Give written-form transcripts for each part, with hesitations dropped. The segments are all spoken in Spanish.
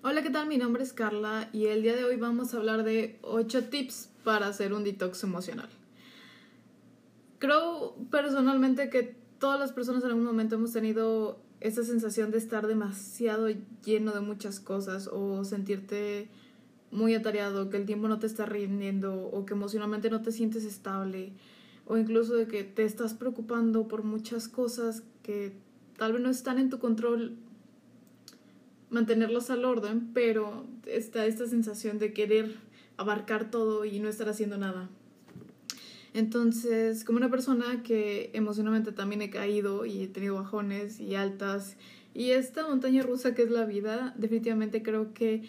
Hola, ¿qué tal? Mi nombre es Carla y el día de hoy vamos a hablar de 8 tips para hacer un detox emocional. Creo personalmente que todas las personas en algún momento hemos tenido esa sensación de estar demasiado lleno de muchas cosas o sentirte muy atareado, que el tiempo no te está rindiendo o que emocionalmente no te sientes estable o incluso de que te estás preocupando por muchas cosas que tal vez no están en tu control mantenerlos al orden, pero está esta sensación de querer abarcar todo y no estar haciendo nada. Entonces, como una persona que emocionalmente también he caído y he tenido bajones y altas y esta montaña rusa que es la vida, definitivamente creo que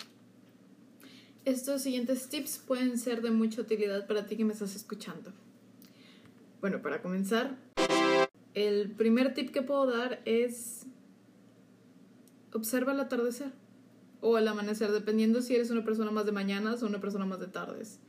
estos siguientes tips pueden ser de mucha utilidad para ti que me estás escuchando. Bueno, para comenzar, el primer tip que puedo dar es observa el atardecer o el amanecer, dependiendo si eres una persona más de mañanas o una persona más de tardes.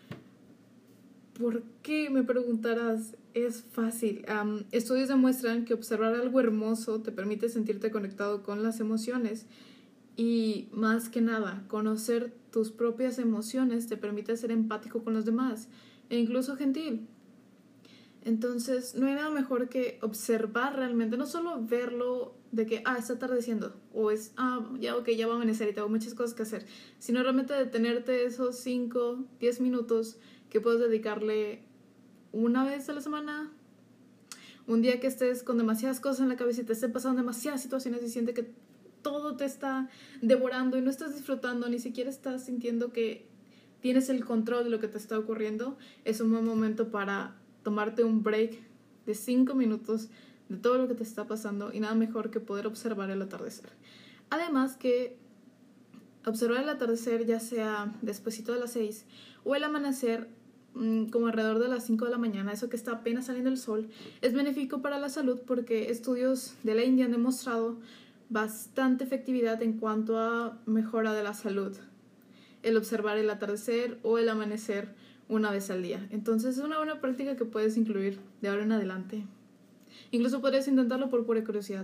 ¿Por qué? Me preguntarás. Es fácil. Estudios demuestran que observar algo hermoso te permite sentirte conectado con las emociones y, más que nada, conocer tus propias emociones te permite ser empático con los demás e incluso gentil. Entonces, no hay nada mejor que observar realmente, no solo verlo de que, está atardeciendo, o es, ya va a amanecer y tengo muchas cosas que hacer, sino realmente detenerte esos 5, 10 minutos que puedes dedicarle una vez a la semana, un día que estés con demasiadas cosas en la cabeza y te estén pasando demasiadas situaciones y sientes que todo te está devorando y no estás disfrutando, ni siquiera estás sintiendo que tienes el control de lo que te está ocurriendo. Es un buen momento para tomarte un break de 5 minutos de todo lo que te está pasando y nada mejor que poder observar el atardecer. Además que observar el atardecer, ya sea despuesito de las 6 o el amanecer como alrededor de las 5 de la mañana, eso que está apenas saliendo el sol, es benéfico para la salud porque estudios de la India han demostrado bastante efectividad en cuanto a mejora de la salud, el observar el atardecer o el amanecer una vez al día. Entonces es una buena práctica que puedes incluir de ahora en adelante. Incluso podrías intentarlo por pura curiosidad.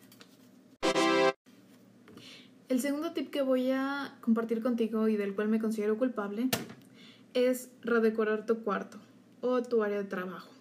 El segundo tip que voy a compartir contigo y del cual me considero culpable es redecorar tu cuarto o tu área de trabajo.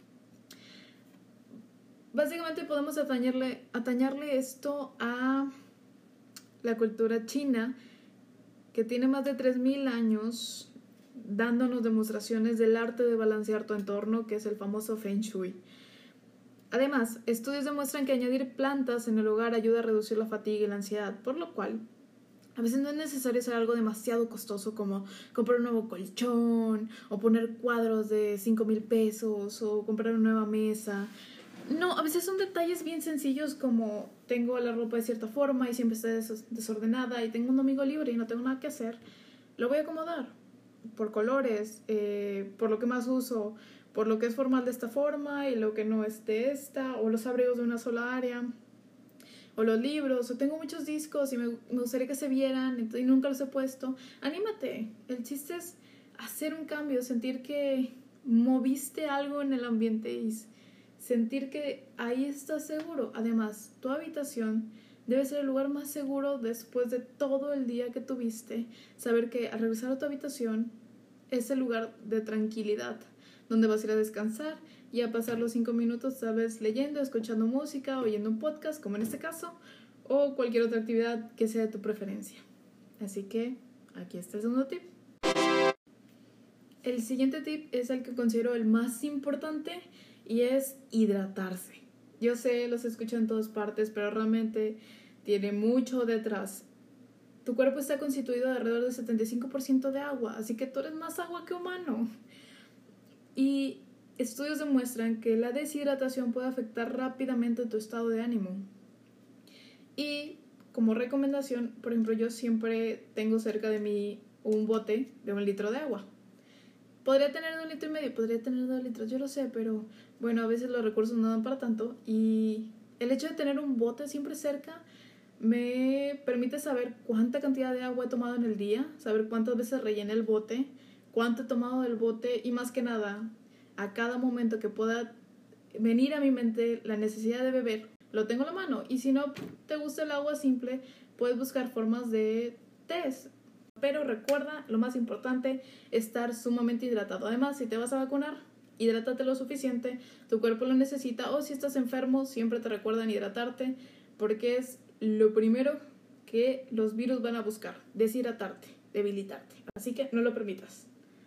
Básicamente podemos atañarle esto a la cultura china, que tiene más de 3000 años dándonos demostraciones del arte de balancear tu entorno, que es el famoso Feng Shui. Además, estudios demuestran que añadir plantas en el hogar ayuda a reducir la fatiga y la ansiedad, por lo cual a veces no es necesario hacer algo demasiado costoso como comprar un nuevo colchón o poner cuadros de 5,000 pesos o comprar una nueva mesa. No, a veces son detalles bien sencillos como tengo la ropa de cierta forma y siempre está desordenada y tengo un domingo libre y no tengo nada que hacer. Lo voy a acomodar por colores, por lo que más uso, por lo que es formal de esta forma y lo que no es de esta, o los abrigos de una sola área, o los libros, o tengo muchos discos y me gustaría que se vieran y nunca los he puesto. Anímate, el chiste es hacer un cambio, sentir que moviste algo en el ambiente y sentir que ahí estás seguro. Además, tu habitación debe ser el lugar más seguro después de todo el día que tuviste. Saber que al regresar a tu habitación es el lugar de tranquilidad, donde vas a ir a descansar y a pasar los 5 minutos, tal vez leyendo, escuchando música, oyendo un podcast, como en este caso, o cualquier otra actividad que sea de tu preferencia. Así que aquí está el segundo tip. El siguiente tip es el que considero el más importante y es hidratarse. Yo sé, los escucho en todas partes, pero realmente tiene mucho detrás. Tu cuerpo está constituido de alrededor del 75% de agua, así que tú eres más agua que humano. Y estudios demuestran que la deshidratación puede afectar rápidamente tu estado de ánimo. Y como recomendación, por ejemplo, yo siempre tengo cerca de mí un bote de 1 litro de agua. Podría tener de 1,5 litros, podría tener 2 litros, yo lo sé, pero bueno, a veces los recursos no dan para tanto. Y el hecho de tener un bote siempre cerca me permite saber cuánta cantidad de agua he tomado en el día, saber cuántas veces rellené el bote, cuánto he tomado del bote y más que nada, a cada momento que pueda venir a mi mente la necesidad de beber, lo tengo en la mano. Y si no te gusta el agua simple, puedes buscar formas de estés. Pero recuerda, lo más importante, estar sumamente hidratado. Además, si te vas a vacunar, hidrátate lo suficiente, tu cuerpo lo necesita, o si estás enfermo, siempre te recuerdan hidratarte, porque es lo primero que los virus van a buscar, deshidratarte, debilitarte. Así que no lo permitas.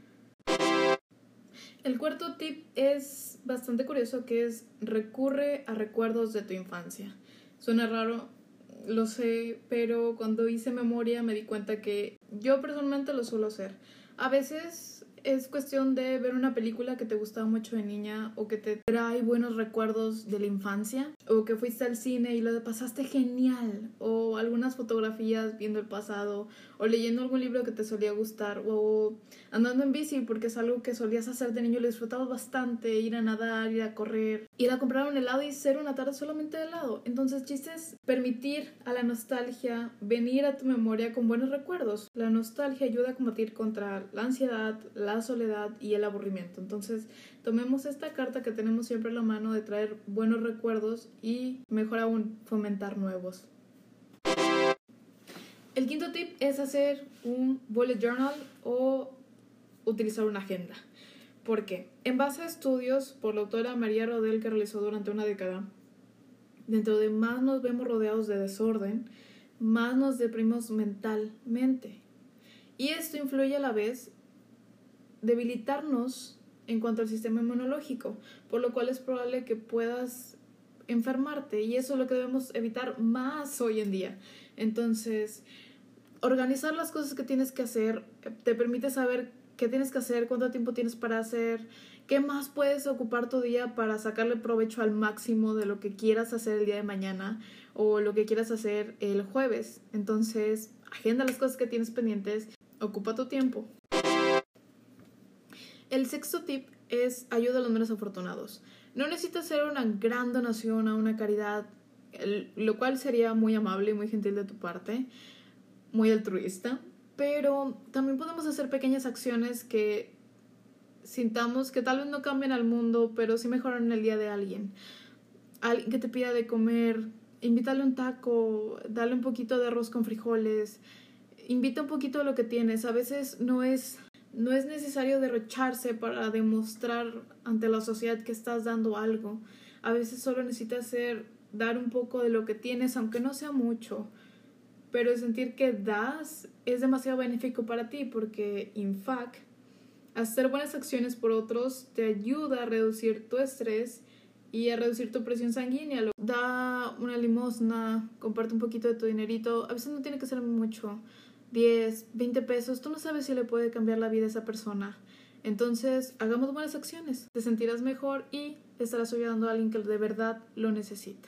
El cuarto tip es bastante curioso, que es recurre a recuerdos de tu infancia. Suena raro, lo sé, pero cuando hice memoria me di cuenta que yo personalmente lo suelo hacer. A veces es cuestión de ver una película que te gustaba mucho de niña o que te trae buenos recuerdos de la infancia, o que fuiste al cine y lo pasaste genial, o algunas fotografías viendo el pasado, o leyendo algún libro que te solía gustar, o andando en bici porque es algo que solías hacer de niño y lo disfrutabas bastante, ir a nadar, ir a correr, ir a comprar un helado y ser una tarde solamente de helado. Entonces, chiste es permitir a la nostalgia venir a tu memoria con buenos recuerdos. La nostalgia ayuda a combatir contra la ansiedad, la soledad y el aburrimiento. Entonces, tomemos esta carta que tenemos siempre en la mano de traer buenos recuerdos y, mejor aún, fomentar nuevos. El quinto tip es hacer un bullet journal o utilizar una agenda. ¿Por qué? En base a estudios por la autora María Rodel, que realizó durante una década, dentro de más nos vemos rodeados de desorden, más nos deprimimos mentalmente. Y esto influye a la vez debilitarnos en cuanto al sistema inmunológico, por lo cual es probable que puedas enfermarte, y eso es lo que debemos evitar más hoy en día. Entonces, organizar las cosas que tienes que hacer te permite saber qué tienes que hacer, cuánto tiempo tienes para hacer, qué más puedes ocupar tu día para sacarle provecho al máximo de lo que quieras hacer el día de mañana o lo que quieras hacer el jueves. Entonces, agenda las cosas que tienes pendientes, ocupa tu tiempo. El sexto tip es ayuda a los menos afortunados. No necesitas hacer una gran donación a una caridad, lo cual sería muy amable y muy gentil de tu parte, muy altruista, pero también podemos hacer pequeñas acciones que sintamos que tal vez no cambien al mundo, pero sí mejoran el día de alguien. Alguien que te pida de comer, invítale un taco, dale un poquito de arroz con frijoles, invita un poquito de lo que tienes. A veces no es necesario derrocharse para demostrar ante la sociedad que estás dando algo. A veces solo necesitas dar un poco de lo que tienes, aunque no sea mucho. Pero el sentir que das es demasiado benéfico para ti, porque, in fact, hacer buenas acciones por otros te ayuda a reducir tu estrés y a reducir tu presión sanguínea. Da una limosna, comparte un poquito de tu dinerito. A veces no tiene que ser mucho, 10, 20 pesos. Tú no sabes si le puede cambiar la vida a esa persona. Entonces, hagamos buenas acciones. Te sentirás mejor y estarás ayudando a alguien que de verdad lo necesita.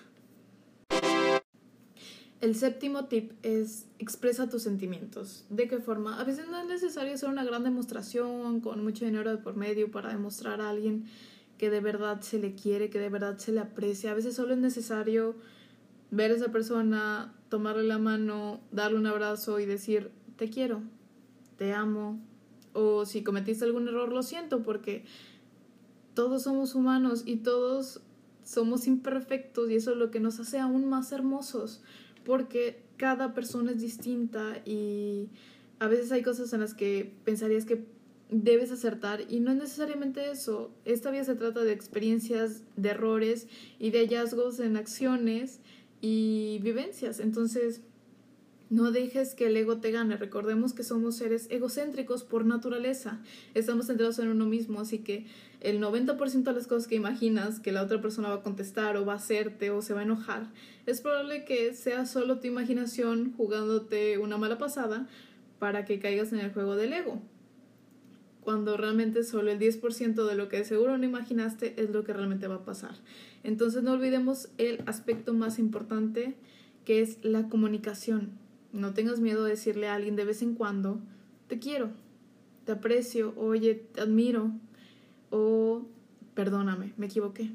El séptimo tip es expresa tus sentimientos. ¿De qué forma? A veces no es necesario hacer una gran demostración con mucho dinero de por medio para demostrar a alguien que de verdad se le quiere, que de verdad se le aprecia. A veces solo es necesario ver a esa persona, tomarle la mano, darle un abrazo y decir, te quiero, te amo. O si cometiste algún error, lo siento, porque todos somos humanos y todos somos imperfectos, y eso es lo que nos hace aún más hermosos, porque cada persona es distinta y a veces hay cosas en las que pensarías que debes acertar y no es necesariamente eso. Esta vida se trata de experiencias, de errores y de hallazgos en acciones y vivencias. Entonces, no dejes que el ego te gane. Recordemos que somos seres egocéntricos por naturaleza. Estamos centrados en uno mismo, así que el 90% de las cosas que imaginas que la otra persona va a contestar o va a hacerte o se va a enojar, es probable que sea solo tu imaginación jugándote una mala pasada para que caigas en el juego del ego, cuando realmente solo el 10% de lo que de seguro no imaginaste es lo que realmente va a pasar. Entonces no olvidemos el aspecto más importante, que es la comunicación. No tengas miedo de decirle a alguien de vez en cuando, te quiero, te aprecio, oye, te admiro, o perdóname, me equivoqué.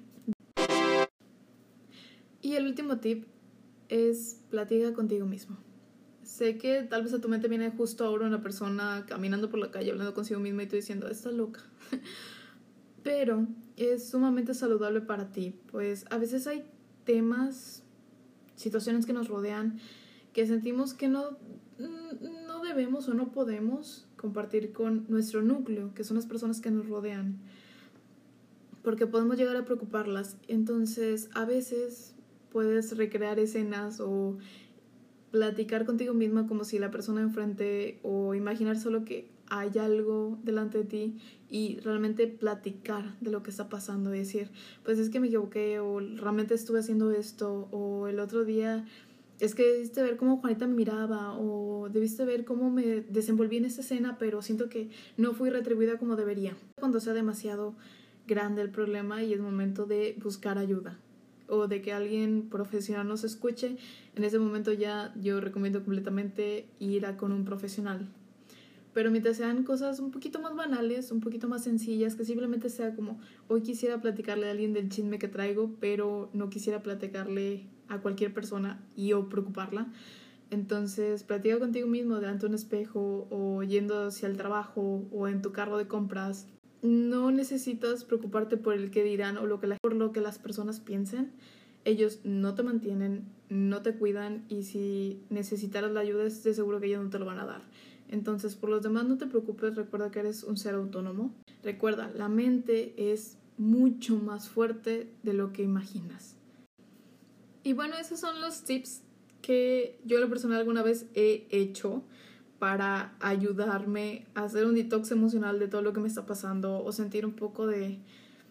Y el último tip es platica contigo mismo. Sé que tal vez a tu mente viene justo ahora una persona caminando por la calle hablando consigo misma y tú diciendo, estás loca. Pero es sumamente saludable para ti, pues a veces hay temas, situaciones que nos rodean que sentimos que no debemos o no podemos compartir con nuestro núcleo, que son las personas que nos rodean, porque podemos llegar a preocuparlas. Entonces, a veces puedes recrear escenas o platicar contigo misma como si la persona enfrente, o imaginar solo que hay algo delante de ti y realmente platicar de lo que está pasando y decir, pues es que me equivoqué, o realmente estuve haciendo esto, o el otro día es que debiste ver cómo Juanita me miraba, o debiste ver cómo me desenvolví en esta escena, pero siento que no fui retribuida como debería. Cuando sea demasiado grande el problema y es momento de buscar ayuda o de que alguien profesional nos escuche, en ese momento ya yo recomiendo completamente ir a con un profesional. Pero mientras sean cosas un poquito más banales, un poquito más sencillas, que simplemente sea como, hoy quisiera platicarle a alguien del chisme que traigo, pero no quisiera platicarle a cualquier persona y o preocuparla. Entonces, platica contigo mismo delante de un espejo, o yendo hacia el trabajo, o en tu carro de compras. No necesitas preocuparte por el que dirán o por lo que las personas piensen. Ellos no te mantienen, no te cuidan, y si necesitaras la ayuda, estoy seguro que ellos no te lo van a dar. Entonces, por los demás no te preocupes, recuerda que eres un ser autónomo. Recuerda, la mente es mucho más fuerte de lo que imaginas. Y bueno, esos son los tips que yo a lo personal alguna vez he hecho para ayudarme a hacer un detox emocional de todo lo que me está pasando, o sentir un poco de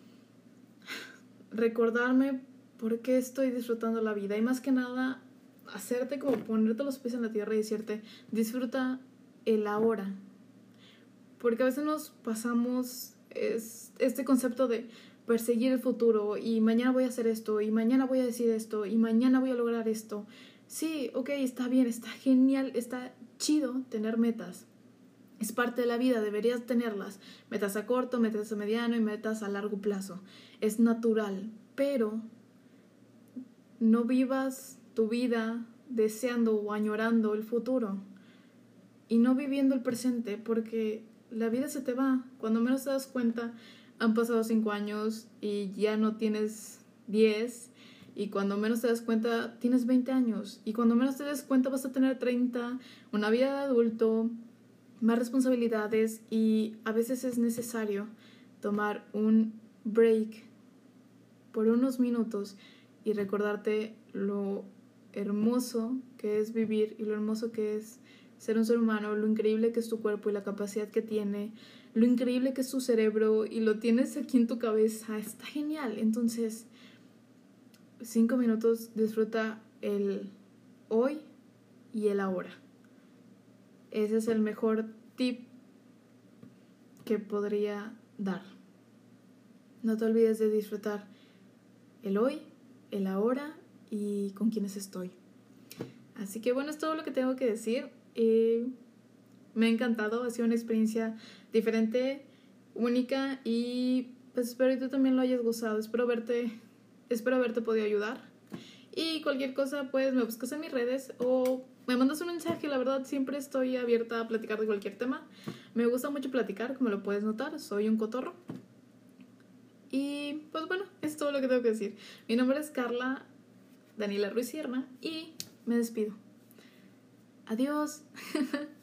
recordarme por qué estoy disfrutando la vida, y más que nada hacerte como ponerte los pies en la tierra y decirte, disfruta el ahora, porque a veces nos pasamos este concepto de perseguir el futuro, y mañana voy a hacer esto, y mañana voy a decir esto, y mañana voy a lograr esto. Sí, ok, está bien, está genial, está chido tener metas. Es parte de la vida, deberías tenerlas. Metas a corto, metas a mediano y metas a largo plazo. Es natural, pero no vivas tu vida deseando o añorando el futuro y no viviendo el presente, porque la vida se te va. Cuando menos te das cuenta, han pasado 5 años y ya no tienes 10. Y cuando menos te das cuenta, tienes 20 años. Y cuando menos te des cuenta, vas a tener 30, una vida de adulto, más responsabilidades. Y a veces es necesario tomar un break por unos minutos y recordarte lo hermoso que es vivir y lo hermoso que es ser un ser humano, lo increíble que es tu cuerpo y la capacidad que tiene, lo increíble que es tu cerebro y lo tienes aquí en tu cabeza. Está genial. Entonces, 5 minutos, disfruta el hoy y el ahora. Ese es el mejor tip que podría dar. No te olvides de disfrutar el hoy, el ahora y con quienes estoy. Así que bueno, es todo lo que tengo que decir. Me ha encantado, ha sido una experiencia diferente, única, y pues espero que tú también lo hayas gozado. Espero haberte podido ayudar. Y cualquier cosa, pues me buscas en mis redes o me mandas un mensaje. La verdad, siempre estoy abierta a platicar de cualquier tema. Me gusta mucho platicar, como lo puedes notar, soy un cotorro. Y pues bueno, es todo lo que tengo que decir. Mi nombre es Carla Daniela Ruiz Sierra y me despido. Adiós.